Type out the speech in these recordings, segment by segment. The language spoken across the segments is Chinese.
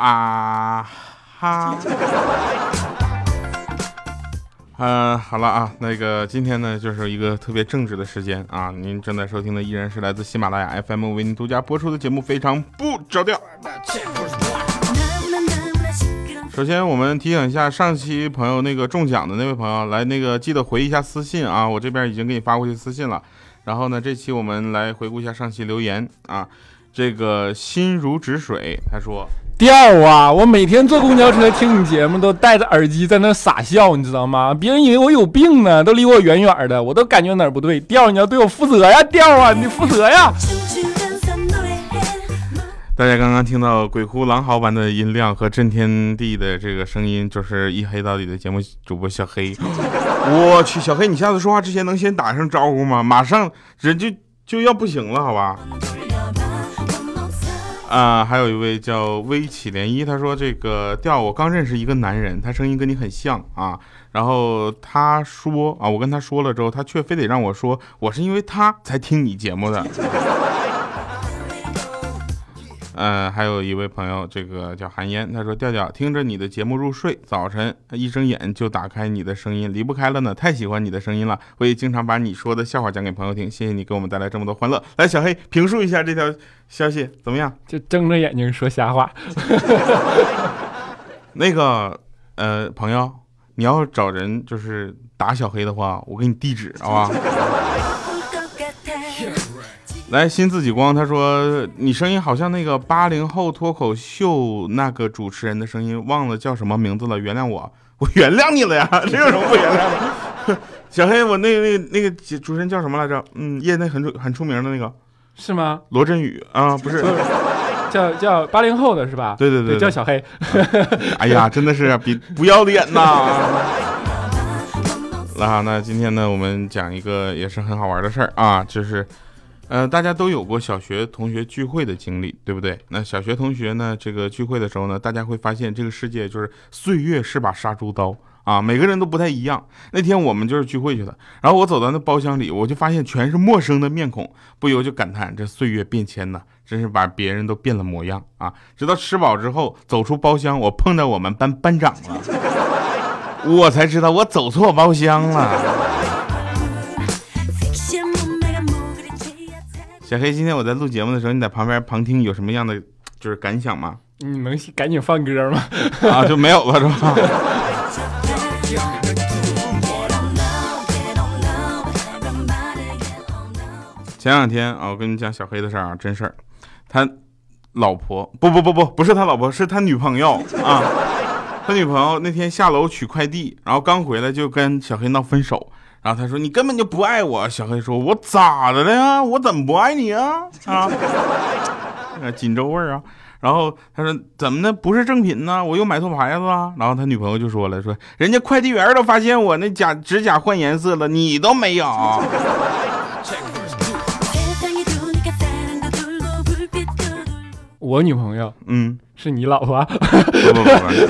啊哈。好了啊，那个今天呢就是一个特别正直的时间啊，您正在收听的依然是来自喜马拉雅 FM 为您独家播出的节目，非常不着调。首先我们提醒一下上期朋友那个中奖的那位朋友，来那个记得回一下私信啊，我这边已经给你发过去私信了。然后呢，这期我们来回顾一下上期留言啊，这个心如止水他说。 调啊！我每天坐公交车听你节目都戴着耳机在那傻笑，你知道吗？别人以为我有病呢，都离我远远的，我都感觉哪儿不对。调，你要对我负责呀！调啊，你负责呀！ 大家刚刚听到鬼哭狼嚎般的音量和震天地的这个声音，就是一黑到底的节目主播小黑。我去，小黑，你下次说话之前能先打声招呼吗？马上人就要不行了，好吧？还有一位叫微起涟漪，他说这个调，我刚认识一个男人，他声音跟你很像啊，然后他说啊，我跟他说了之后，他却非得让我说我是因为他才听你节目的。还有一位朋友，这个叫韩烟，他说调调听着你的节目入睡，早晨一睁眼就打开你的声音，离不开了呢，太喜欢你的声音了，我也经常把你说的笑话讲给朋友听，谢谢你给我们带来这么多欢乐。来，小黑评述一下这条消息怎么样？ 就睁着眼睛说瞎话。 那个朋友，你要找人就是打小黑的话，我给你地址好吧？来，新自己光，他说你声音好像那个80后脱口秀那个主持人的声音，忘了叫什么名字了，原谅我原谅你了呀，这有什么不原谅的？小黑，我那个主持人叫什么来着？业内很出名的那个， 是吗？ 罗振宇啊，不是， 叫80后的是吧？ 对， 叫小黑。 哎呀，真的是不要脸呐！那今天呢，我们讲一个也是很好玩的事儿啊，就是大家都有过小学同学聚会的经历，对不对？那小学同学呢，这个聚会的时候呢，大家会发现这个世界就是岁月是把杀猪刀啊，每个人都不太一样。那天我们就是聚会去了，然后我走到那包厢里，我就发现全是陌生的面孔，不由就感叹这岁月变迁呢，真是把别人都变了模样啊！直到吃饱之后走出包厢，我碰到我们班长了，我才知道我走错包厢了。小黑，今天我在录节目的时候，你在旁边旁听有什么样的就是感想吗？ 你能赶紧放歌吗？ 啊，就没有了是吧？前两天啊，我跟你讲小黑的事儿啊，真事儿。他老婆不是他老婆，是他女朋友啊。他女朋友那天下楼取快递，然后刚回来就跟小黑闹分手。然后他说你根本就不爱我，小黑说我咋的了呀？我怎么不爱你啊？啊，锦州味儿啊。然后他说怎么的不是正品呢？我又买错牌子了。然后他女朋友就说了，说人家快递员都发现我那指甲换颜色了，你都没有。 我女朋友是你老婆？ 不。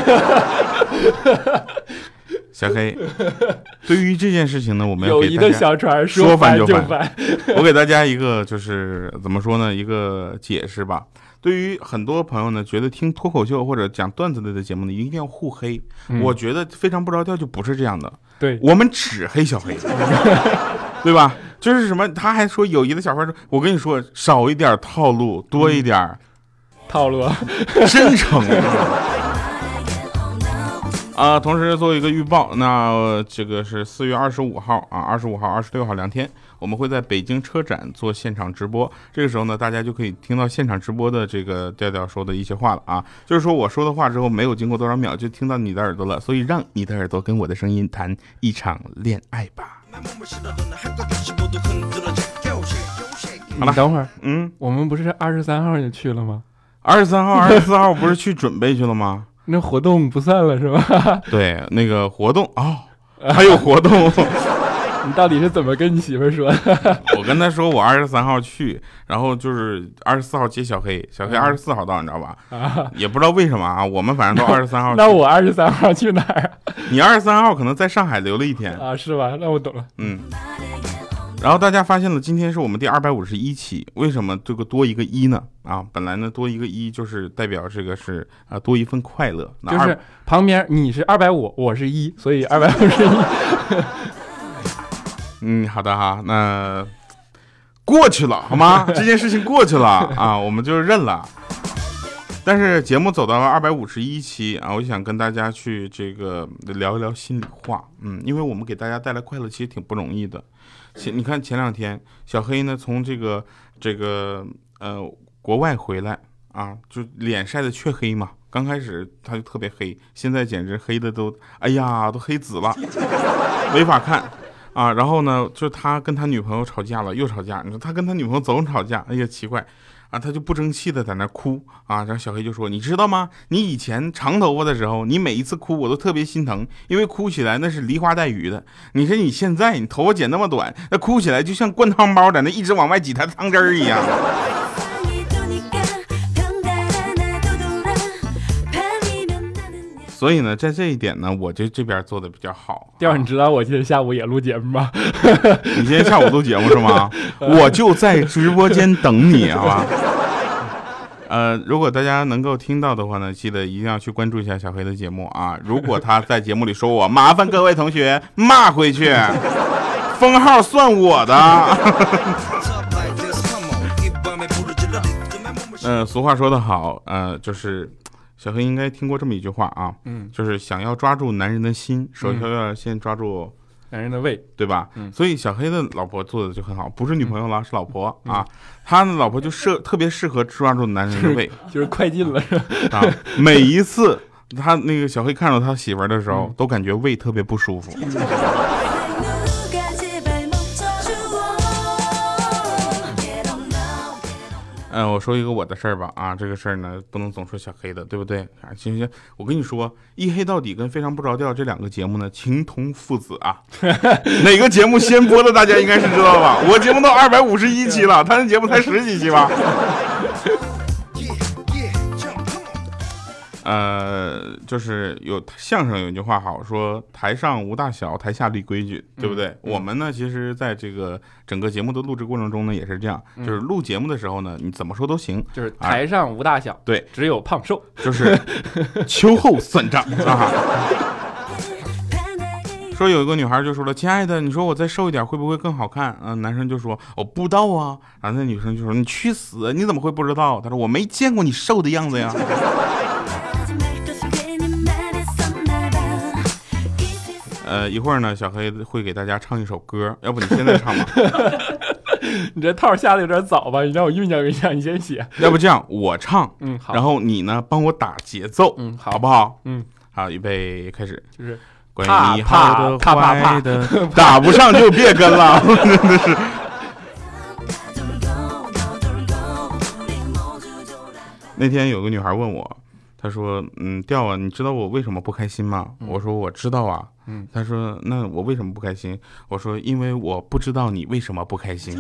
小黑，对于这件事情呢，我们要给大家友谊的小船说翻就翻。 我给大家一个就是怎么说呢，一个解释吧。对于很多朋友呢，觉得听脱口秀或者讲段子类的节目呢，一定要互黑。我觉得非常不着调就不是这样的。 对， 我们只黑小黑，对吧？就是什么，他还说友谊的小船说，我跟你说，少一点套路，多一点套路， 真诚。同时做一个预报，那这个是4月25号啊，25号、26号2天，我们会在北京车展做现场直播。这个时候呢，大家就可以听到现场直播的这个调调说的一些话了啊，就是说我说的话之后没有经过多少秒就听到你的耳朵了，所以让你的耳朵跟我的声音谈一场恋爱吧。 好了，等会儿，我们不是23号就去了吗 ？23号、24号不是去准备去了吗？ 那活动不算了是吧？ 对，那个活动还有活动。 你到底是怎么跟你媳妇说的？ 我跟她说我23号去，然后就是24号接小黑，小黑24号到，你知道吧？也不知道为什么啊，我们反正都23号去。 那我23号去哪儿？ 你23号可能在上海留了一天啊，是吧？那我懂了。 然后大家发现了，今天是我们第251期，为什么这个多一个一呢？啊，本来呢多一个一就是代表这个是多一份快乐， 就是旁边你是250，我是1，所以251。 好的哈，那过去了好吗？这件事情过去了啊，我们就认了。但是节目走到了251期啊，我就想跟大家去这个聊一聊心里话。因为我们给大家带来快乐其实挺不容易的。你看前2天小黑呢从这个国外回来啊，就脸晒得黢黑嘛。刚开始他就特别黑，现在简直黑的都都黑紫了，没法看啊。然后呢，就他跟他女朋友吵架了，又吵架。你说他跟他女朋友总吵架，奇怪。他就不争气的在那哭啊，然后小黑就说：“你知道吗？你以前长头发的时候，你每一次哭我都特别心疼，因为哭起来那是梨花带雨的。你说你现在你头发剪那么短，那哭起来就像灌汤包在那一直往外挤他的汤汁儿一样。”所以呢，在这一点呢，我这边做的比较好。 调，你知道我今天下午也录节目吗？ 你今天下午录节目是吗？我就在直播间等你，好吧？如果大家能够听到的话呢，记得一定要去关注一下小黑的节目啊。如果他在节目里说我，麻烦各位同学骂回去，封号算我的。俗话说得好，就是小黑应该听过这么一句话啊，就是想要抓住男人的心，首先要先抓住男人的胃，对吧？所以小黑的老婆做的就很好，不是女朋友了，是老婆啊。他的老婆就特别适合抓住男人的胃， 就是快进了是吧？ 每一次他那个小黑看到他媳妇儿的时候，都感觉胃特别不舒服。我说一个我的事儿吧啊，这个事儿呢不能总说小黑的，对不对啊？行，我跟你说，一黑到底跟非常不着调这2个节目呢，情同父子啊。哪个节目先播的大家应该是知道吧？我节目到251期了，他的节目才10几期吧。就是相声有一句话好说，台上无大小，台下立规矩，对不对？我们呢，其实在这个整个节目的录制过程中呢，也是这样，就是录节目的时候呢，你怎么说都行， 就是台上无大小， 对， 只有胖瘦， 就是秋后算账啊。说有一个女孩就说了：“亲爱的，你说我再瘦一点会不会更好看？”男生就说：“我不知道啊。”然后那女生就说：“你去死！你怎么会不知道？”他说：“我没见过你瘦的样子呀。”一会儿呢，小黑会给大家唱一首歌，要不你现在唱吧？ 你这套下的有点早吧？你让我酝酿一下，你先写。 要不这样，我唱， 好， 然后你呢帮我打节奏，好不好？好，预备开始， 就是关于你好的坏的，打不上就别跟了，真的是。那天有个女孩问我，她说：“调啊，你知道我为什么不开心吗？”我说：“我知道啊。”她说：“那我为什么不开心？”我说：“因为我不知道你为什么不开心。”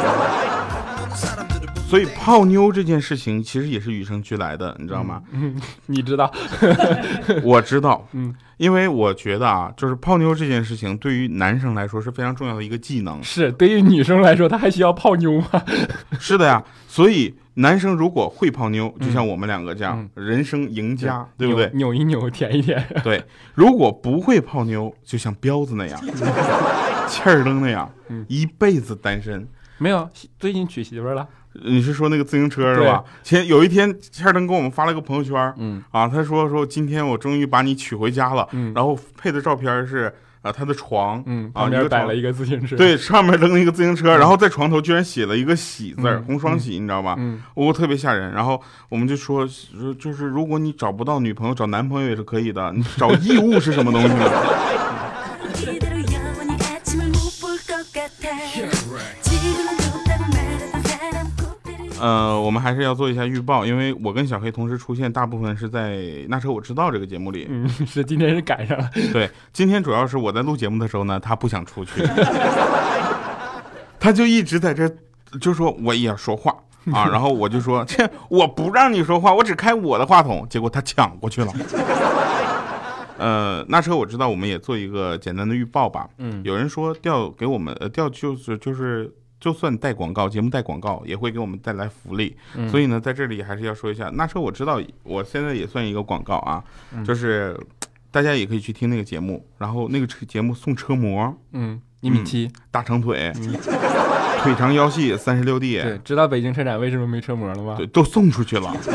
所以泡妞这件事情其实也是与生俱来的，你知道吗？ 你知道？ 我知道。因为我觉得啊，就是泡妞这件事情对于男生来说是非常重要的一个技能。 是，对于女生来说，她还需要泡妞吗？ 是的呀，所以男生如果会泡妞，就像我们2个这样，人生赢家，对不对？ 扭一扭，舔一舔。 对，如果不会泡妞，就像彪子那样，气儿灯那样，一辈子单身。 没有，最近娶媳妇了。 你是说那个自行车是吧？有一天气儿灯给我们发了个朋友圈，他说今天我终于把你娶回家了，然后配的照片是他的床， 旁边摆了一个自行车， 对，上面扔了一个自行车，然后在床头居然写了一个喜字，红双喜，你知道吧？特别吓人。然后我们就说，就是如果你找不到女朋友，找男朋友也是可以的，你找义务是什么东西呢？我们还是要做一下预报，因为我跟小黑同时出现，大部分是在那车我知道这个节目里。 是今天是赶上了。 对，今天主要是我在录节目的时候呢，他不想出去，他就一直在这就说我也要说话啊，然后我就说我不让你说话，我只开我的话筒，结果他抢过去了。 那车我知道，我们也做一个简单的预报吧。有人说给我们就算带广告，节目带广告也会给我们带来福利。所以呢，在这里还是要说一下，那车我知道，我现在也算一个广告啊，就是大家也可以去听那个节目，然后那个节目送车模 ，1.7米， 大长腿，腿长腰细36D。 对，知道北京车展为什么没车模了吗？ 对，都送出去了。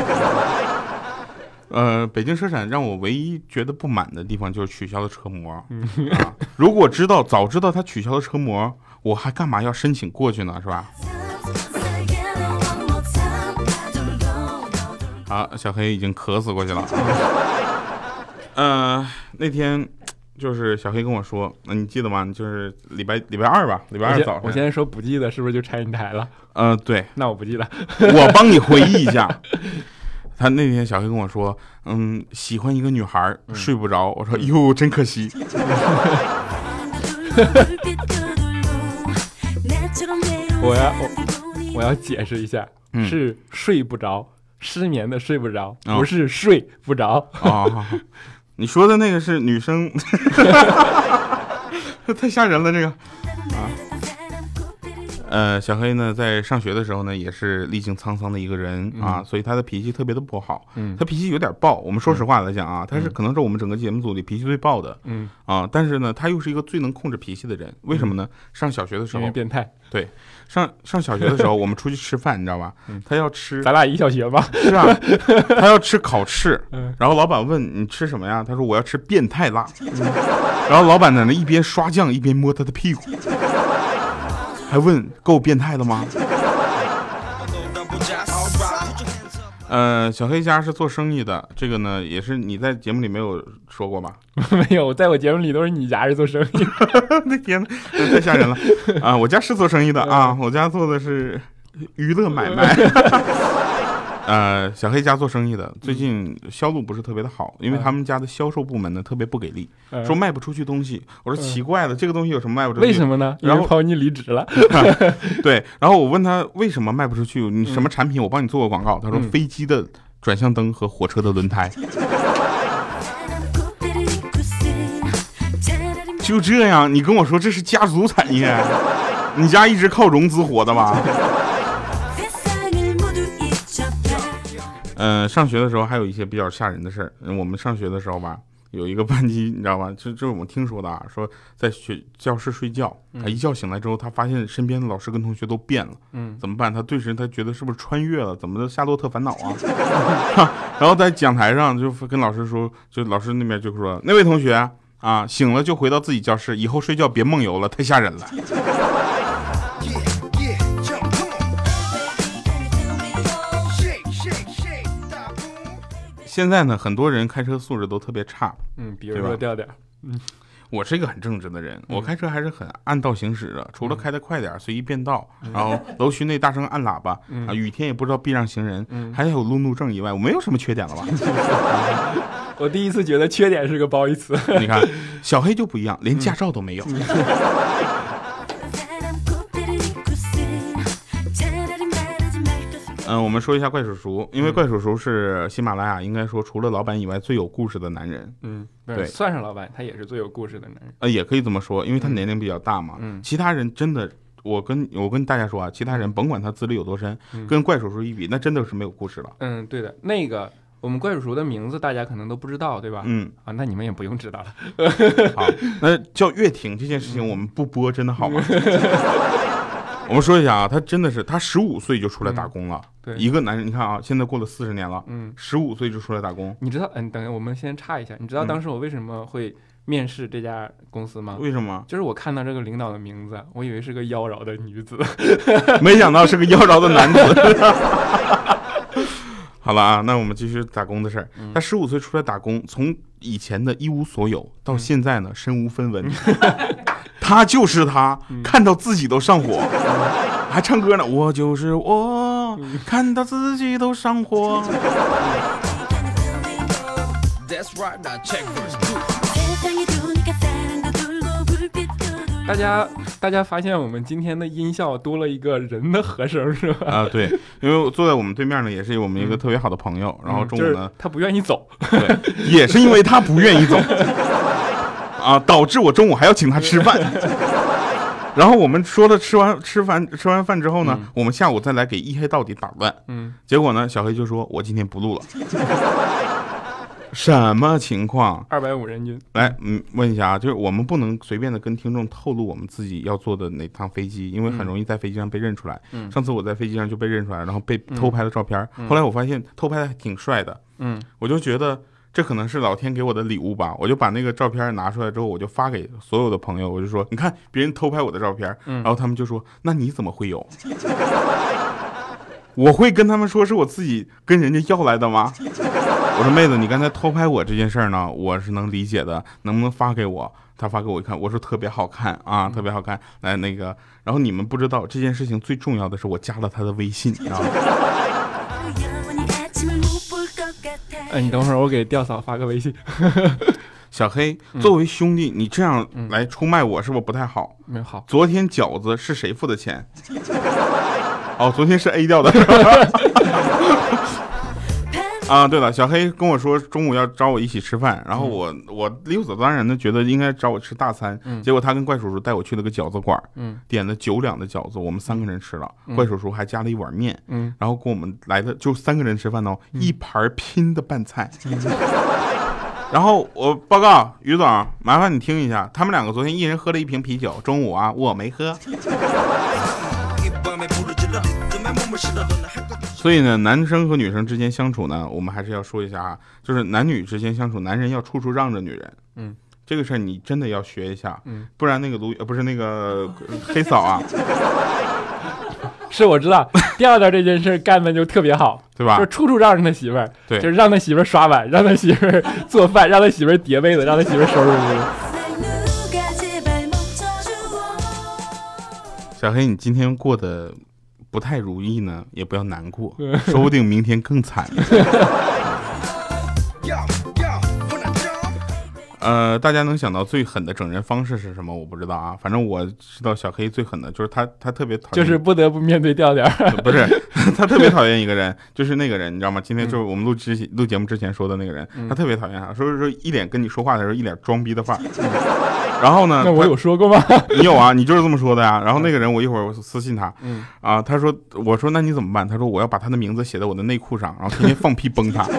北京车展让我唯一觉得不满的地方就是取消了车模。如果早知道他取消了车模，我还干嘛要申请过去呢？是吧？好，小黑已经渴死过去了。那天就是小黑跟我说，你记得吗？就是礼拜二吧，礼拜二早上。 我现在说不记得，是不是就拆你台了？ 对。 那我不记得， 我帮你回忆一下。他那天小黑跟我说，喜欢一个女孩，睡不着。我说，哟，真可惜。 我要解释一下，是睡不着，失眠的睡不着，不是睡不着。 你说的那个是女生。太吓人了这个。小黑呢，在上学的时候呢，也是历经沧桑的一个人啊，所以他的脾气特别的不好。他脾气有点暴。我们说实话来讲啊，他是可能是我们整个节目组里脾气最暴的。但是呢，他又是一个最能控制脾气的人。为什么呢？上小学的时候， 因为变态。 对，上小学的时候，我们出去吃饭，你知道吧？他要吃， 咱俩一小学吧？ 是啊，他要吃烤翅。然后老板问你吃什么呀？他说我要吃变态辣。然后老板在那一边刷酱一边摸他的屁股。还问够变态的吗？小黑家是做生意的，这个呢也是你在节目里没有说过吧？ 没有，在我节目里都是你家是做生意。 那天太吓人了啊！我家是做生意的啊，我家做的是娱乐买卖。小黑家做生意的，最近销路不是特别的好，因为他们家的销售部门呢特别不给力，说卖不出去东西。我说奇怪了，这个东西有什么卖不出去？ 为什么呢？ 然后跑你离职了。 对，然后我问他为什么卖不出去，你什么产品？我帮你做个广告。他说飞机的转向灯和火车的轮胎。就这样，你跟我说这是家族产业？你家一直靠融资活的吧？上学的时候还有一些比较吓人的事儿。我们上学的时候吧，有一个班级，你知道吧？这是我们听说的啊，说在教室睡觉，他一觉醒来之后，他发现身边的老师跟同学都变了。怎么办？他顿时他觉得是不是穿越了？怎么的夏洛特烦恼啊？然后在讲台上就跟老师说，就老师那边就说，那位同学啊，醒了就回到自己教室，以后睡觉别梦游了，太吓人了。现在呢，很多人开车素质都特别差， 比如说调调， 我是一个很正直的人，我开车还是很按道行驶的，除了开得快点随意变道，然后楼区内大声按喇叭，雨天也不知道避让行人，还有路怒症以外，我没有什么缺点了吧？ 我第一次觉得缺点是个褒义词。 你看，小黑就不一样，连驾照都没有。我们说一下怪叔叔，因为怪叔叔是喜马拉雅应该说除了老板以外最有故事的男人。 对，算上老板，他也是最有故事的男人。 也可以这么说，因为他年龄比较大嘛。其他人真的，我跟大家说啊，其他人甭管他资历有多深，跟怪叔叔一比，那真的是没有故事了。 对的，那个我们怪叔叔的名字大家可能都不知道，对吧？那你们也不用知道了。 好，那叫岳挺这件事情我们不播真的好吗？我们说一下啊，他真的是，他15岁就出来打工了。 对， 一个男人，你看啊，现在过了40年了，15岁就出来打工。 你知道，等下我们先插一下，你知道当时我为什么会面试这家公司吗？ 为什么？ 就是我看到这个领导的名字，我以为是个妖娆的女子， 没想到是个妖娆的男子。好了啊，那我们继续打工的事儿。他15岁出来打工，从以前的一无所有到现在呢身无分文。他就是他，看到自己都上火，还唱歌呢。我就是我，看到自己都上火。 大家发现我们今天的音效多了一个人的和声是吧？ 啊，对，因为坐在我们对面呢，也是我们一个特别好的朋友，然后中午呢， 就是他不愿意走， 对，也是因为他不愿意走，啊，导致我中午还要请他吃饭。然后我们说了吃完饭之后呢，我们下午再来给一黑到底打乱。结果呢，小黑就说我今天不录了。什么情况 ？250人均。 来，问一下啊，就是我们不能随便的跟听众透露我们自己要坐的哪趟飞机，因为很容易在飞机上被认出来。上次我在飞机上就被认出来，然后被偷拍了照片。后来我发现偷拍的还挺帅的。我就觉得这可能是老天给我的礼物吧。我就把那个照片拿出来之后，我就发给所有的朋友，我就说，你看别人偷拍我的照片，然后他们就说，那你怎么会有？我会跟他们说是我自己跟人家要来的吗？我说妹子，你刚才偷拍我这件事呢，我是能理解的，能不能发给我？他发给我一看，我说特别好看啊，特别好看。来那个，然后你们不知道这件事情最重要的是，我加了他的微信，你知道吗？ 你等会儿我给吊嫂发个微信。 小黑，作为兄弟，你这样来出卖我，是不是不太好？ 没有好。 昨天饺子是谁付的钱？哦，昨天是 A 掉的。啊，对了，小黑跟我说中午要找我一起吃饭，然后我理所当然的觉得应该找我吃大餐，结果他跟怪叔叔带我去了个饺子馆，点了9两的饺子，我们3个人吃了，怪叔叔还加了一碗面，然后给我们来的就3个人吃饭呢，一盘拼的拌菜。然后我报告于总，麻烦你听一下，他们2个昨天一人喝了1瓶啤酒，中午啊我没喝。所以呢，男生和女生之间相处呢，我们还是要说一下啊，就是男女之间相处，男人要处处让着女人。这个事儿你真的要学一下，不然那个不是那个黑嫂啊， 是我知道调调这件事干的就特别好， 对吧？ 就是处处让着他媳妇儿， 对， 就是让他媳妇儿刷碗，让他媳妇儿做饭，让他媳妇儿叠被子，让他媳妇儿收拾屋子。 小黑，你今天过得不太如意呢，也不要难过，说不定明天更惨。大家能想到最狠的整人方式是什么？我不知道啊，反正我知道小黑最狠的就是他特别讨厌， 就是不得不面对调调。 不是，他特别讨厌一个人，就是那个人，你知道吗？今天就是我们录节目之前说的那个人，他特别讨厌他，说一脸跟你说话的时候一脸装逼的范儿。然后呢？ 那我有说过吗？ 你有啊，你就是这么说的呀。然后那个人，我一会儿我私信他，他说，我说那你怎么办？他说我要把他的名字写在我的内裤上，然后天天放屁崩他。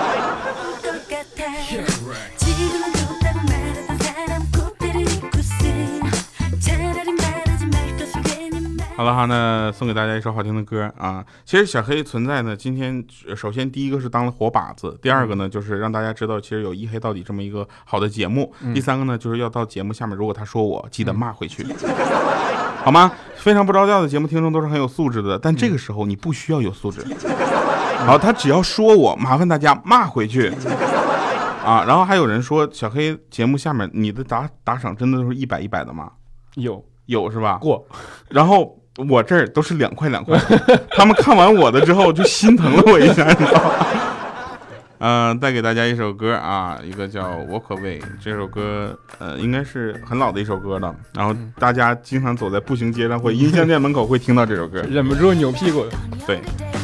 好了哈，那送给大家一首好听的歌啊。其实小黑存在呢，今天首先第一个是当了活靶子，第二个呢就是让大家知道其实有一黑到底这么一个好的节目，第三个呢就是要到节目下面，如果他说我记得骂回去，好吗？非常不着调的节目听众都是很有素质的，但这个时候你不需要有素质。好，他只要说我，麻烦大家骂回去啊。然后还有人说小黑节目下面你的打赏真的都是100的吗？有是吧？ 过， 然后我这儿都是2块2块，他们看完我的之后就心疼了我一下，你知道吗？带给大家一首歌啊，一个叫《我可为》，这首歌应该是很老的一首歌了，然后大家经常走在步行街上或音像店门口会听到这首歌， 忍不住扭屁股。 对。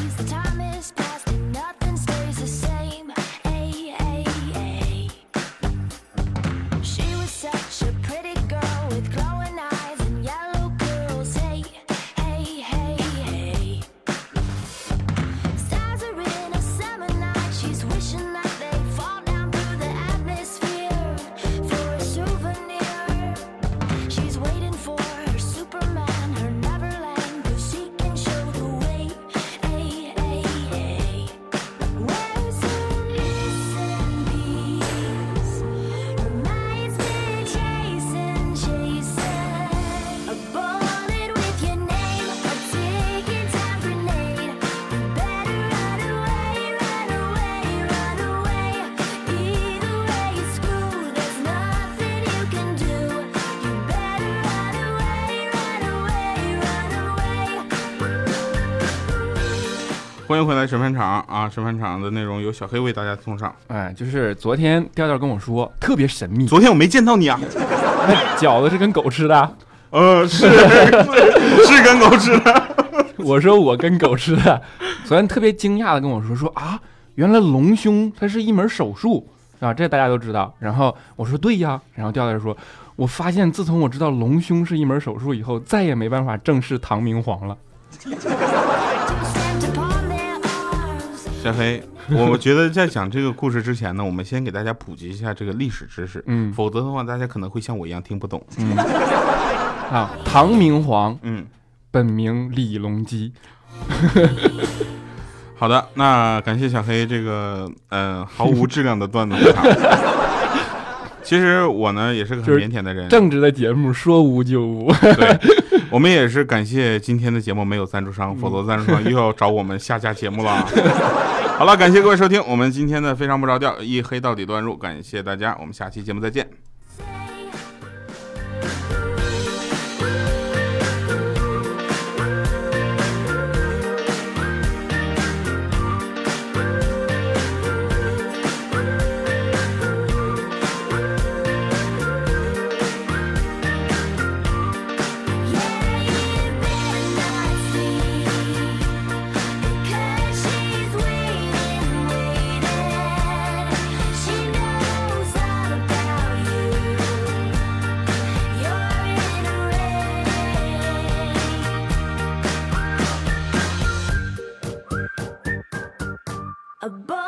欢迎回来审判场啊！审判场的内容由小黑为大家送上。 就是昨天调调跟我说特别神秘。 昨天我没见到你啊。 那饺子是跟狗吃的？ 是跟狗吃的。 我说我跟狗吃的。昨天特别惊讶的跟我说啊，原来隆胸它是一门手术啊，这大家都知道。然后我说对呀，然后调调说，我发现自从我知道隆胸是一门手术以后，再也没办法正视唐明皇了。 小黑，我觉得在讲这个故事之前呢，我们先给大家普及一下这个历史知识，否则的话大家可能会像我一样听不懂。 唐明皇，本名李隆基。 好的，那感谢小黑这个毫无质量的段子分享。其实我呢也是个很腼腆的人， 正直的节目说无就无。 对，我们也是感谢今天的节目没有赞助商，否则赞助商又要找我们下架节目了。好了，感谢各位收听我们今天的非常不着调一黑到底段入，感谢大家，我们下期节目再见。 A boy